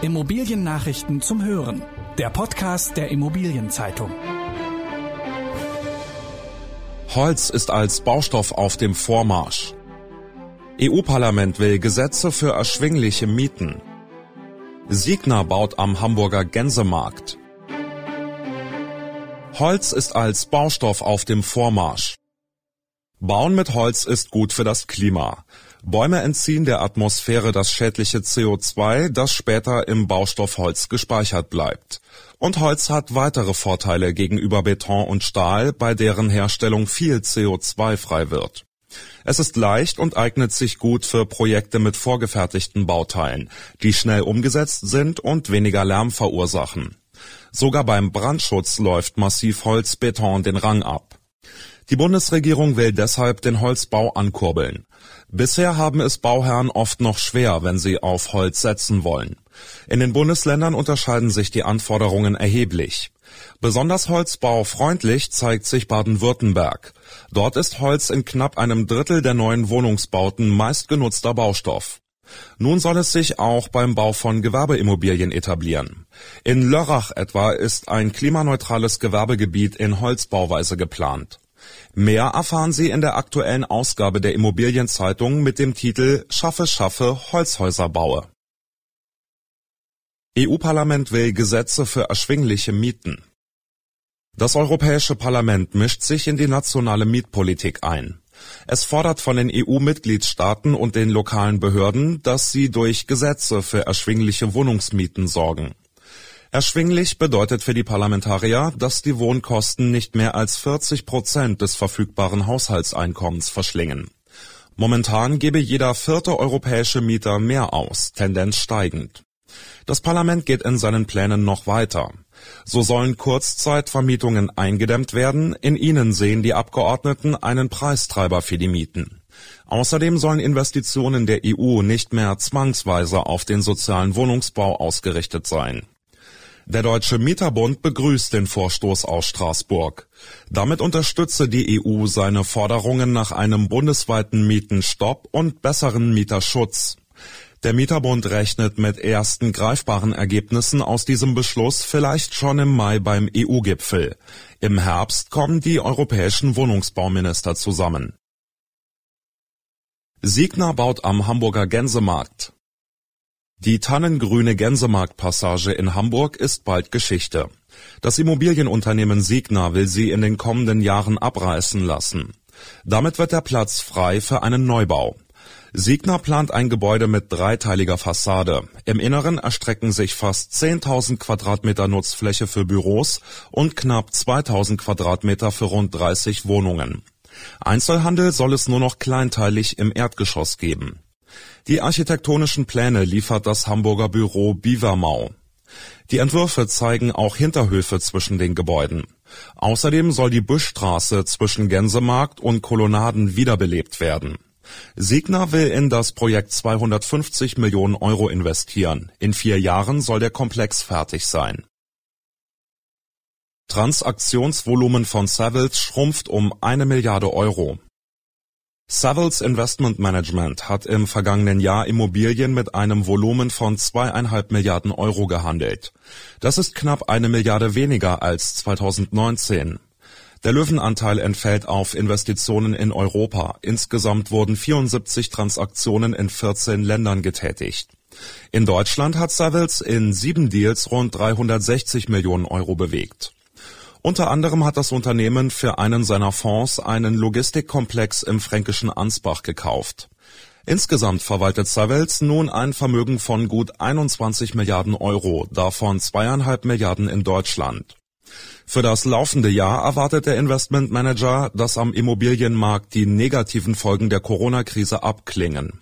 Immobiliennachrichten zum Hören. Der Podcast der Immobilienzeitung. Holz ist als Baustoff auf dem Vormarsch. EU-Parlament will Gesetze für erschwingliche Mieten. Signa baut am Hamburger Gänsemarkt. Holz ist als Baustoff auf dem Vormarsch. Bauen mit Holz ist gut für das Klima. Bäume entziehen der Atmosphäre das schädliche CO2, das später im Baustoff Holz gespeichert bleibt. Und Holz hat weitere Vorteile gegenüber Beton und Stahl, bei deren Herstellung viel CO2 frei wird. Es ist leicht und eignet sich gut für Projekte mit vorgefertigten Bauteilen, die schnell umgesetzt sind und weniger Lärm verursachen. Sogar beim Brandschutz läuft Massivholzbeton den Rang ab. Die Bundesregierung will deshalb den Holzbau ankurbeln. Bisher haben es Bauherren oft noch schwer, wenn sie auf Holz setzen wollen. In den Bundesländern unterscheiden sich die Anforderungen erheblich. Besonders holzbaufreundlich zeigt sich Baden-Württemberg. Dort ist Holz in knapp einem Drittel der neuen Wohnungsbauten meistgenutzter Baustoff. Nun soll es sich auch beim Bau von Gewerbeimmobilien etablieren. In Lörrach etwa ist ein klimaneutrales Gewerbegebiet in Holzbauweise geplant. Mehr erfahren Sie in der aktuellen Ausgabe der Immobilienzeitung mit dem Titel Schaffe, Holzhäuser baue. EU-Parlament will Gesetze für erschwingliche Mieten. Das Europäische Parlament mischt sich in die nationale Mietpolitik ein. Es fordert von den EU-Mitgliedstaaten und den lokalen Behörden, dass sie durch Gesetze für erschwingliche Wohnungsmieten sorgen. Erschwinglich bedeutet für die Parlamentarier, dass die Wohnkosten nicht mehr als 40% des verfügbaren Haushaltseinkommens verschlingen. Momentan gebe jeder vierte europäische Mieter mehr aus, Tendenz steigend. Das Parlament geht in seinen Plänen noch weiter. So sollen Kurzzeitvermietungen eingedämmt werden, in ihnen sehen die Abgeordneten einen Preistreiber für die Mieten. Außerdem sollen Investitionen der EU nicht mehr zwangsweise auf den sozialen Wohnungsbau ausgerichtet sein. Der Deutsche Mieterbund begrüßt den Vorstoß aus Straßburg. Damit unterstütze die EU seine Forderungen nach einem bundesweiten Mietenstopp und besseren Mieterschutz. Der Mieterbund rechnet mit ersten greifbaren Ergebnissen aus diesem Beschluss vielleicht schon im Mai beim EU-Gipfel. Im Herbst kommen die europäischen Wohnungsbauminister zusammen. Signa baut am Hamburger Gänsemarkt. Die tannengrüne Gänsemarktpassage in Hamburg ist bald Geschichte. Das Immobilienunternehmen Signa will sie in den kommenden Jahren abreißen lassen. Damit wird der Platz frei für einen Neubau. Signa plant ein Gebäude mit dreiteiliger Fassade. Im Inneren erstrecken sich fast 10.000 Quadratmeter Nutzfläche für Büros und knapp 2.000 Quadratmeter für rund 30 Wohnungen. Einzelhandel soll es nur noch kleinteilig im Erdgeschoss geben. Die architektonischen Pläne liefert das Hamburger Büro Bivermau. Die Entwürfe zeigen auch Hinterhöfe zwischen den Gebäuden. Außerdem soll die Büschstraße zwischen Gänsemarkt und Kolonnaden wiederbelebt werden. Signa will in das Projekt 250 Millionen Euro investieren. In 4 Jahren soll der Komplex fertig sein. Transaktionsvolumen von Savills schrumpft um 1 Milliarde Euro. Savills Investment Management hat im vergangenen Jahr Immobilien mit einem Volumen von 2,5 Milliarden Euro gehandelt. Das ist knapp 1 Milliarde weniger als 2019. Der Löwenanteil entfällt auf Investitionen in Europa. Insgesamt wurden 74 Transaktionen in 14 Ländern getätigt. In Deutschland hat Savills in 7 Deals rund 360 Millionen Euro bewegt. Unter anderem hat das Unternehmen für einen seiner Fonds einen Logistikkomplex im fränkischen Ansbach gekauft. Insgesamt verwaltet Savills nun ein Vermögen von gut 21 Milliarden Euro, davon 2,5 Milliarden in Deutschland. Für das laufende Jahr erwartet der Investmentmanager, dass am Immobilienmarkt die negativen Folgen der Corona-Krise abklingen.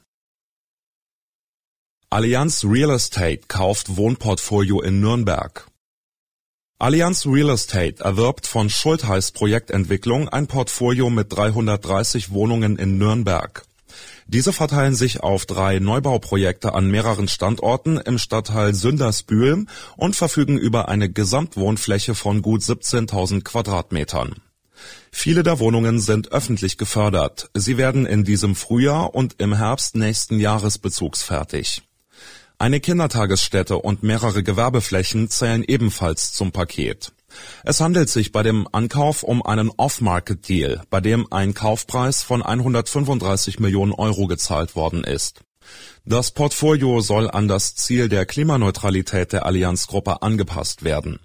Allianz Real Estate kauft Wohnportfolio in Nürnberg. Allianz Real Estate erwirbt von Schultheiß Projektentwicklung ein Portfolio mit 330 Wohnungen in Nürnberg. Diese verteilen sich auf 3 Neubauprojekte an mehreren Standorten im Stadtteil Sündersbühl und verfügen über eine Gesamtwohnfläche von gut 17.000 Quadratmetern. Viele der Wohnungen sind öffentlich gefördert. Sie werden in diesem Frühjahr und im Herbst nächsten Jahres bezugsfertig. Eine Kindertagesstätte und mehrere Gewerbeflächen zählen ebenfalls zum Paket. Es handelt sich bei dem Ankauf um einen Off-Market-Deal, bei dem ein Kaufpreis von 135 Millionen Euro gezahlt worden ist. Das Portfolio soll an das Ziel der Klimaneutralität der Allianz-Gruppe angepasst werden.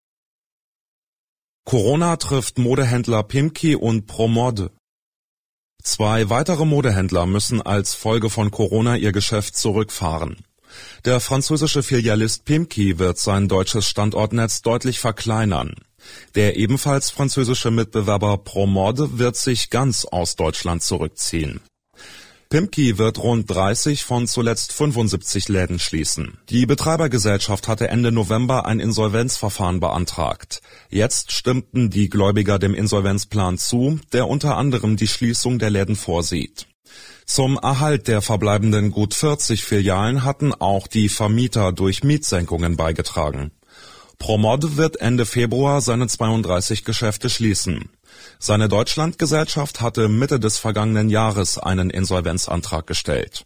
Corona trifft Modehändler Pimki und Promode. 2 weitere Modehändler müssen als Folge von Corona ihr Geschäft zurückfahren. Der französische Filialist Pimki wird sein deutsches Standortnetz deutlich verkleinern. Der ebenfalls französische Mitbewerber Promode wird sich ganz aus Deutschland zurückziehen. Pimki wird rund 30 von zuletzt 75 Läden schließen. Die Betreibergesellschaft hatte Ende November ein Insolvenzverfahren beantragt. Jetzt stimmten die Gläubiger dem Insolvenzplan zu, der unter anderem die Schließung der Läden vorsieht. Zum Erhalt der verbleibenden gut 40 Filialen hatten auch die Vermieter durch Mietsenkungen beigetragen. Promode wird Ende Februar seine 32 Geschäfte schließen. Seine Deutschlandgesellschaft hatte Mitte des vergangenen Jahres einen Insolvenzantrag gestellt.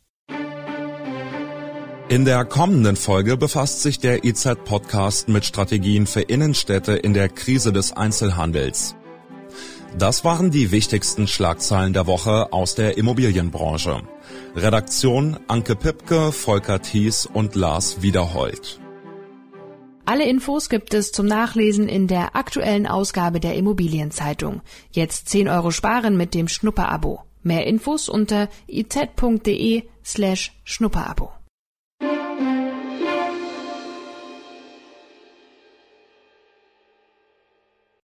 In der kommenden Folge befasst sich der IZ-Podcast mit Strategien für Innenstädte in der Krise des Einzelhandels. Das waren die wichtigsten Schlagzeilen der Woche aus der Immobilienbranche. Redaktion Anke Pipke, Volker Thies und Lars Wiederhold. Alle Infos gibt es zum Nachlesen in der aktuellen Ausgabe der Immobilienzeitung. Jetzt 10 € sparen mit dem Schnupper-Abo. Mehr Infos unter iz.de/Schnupper-Abo.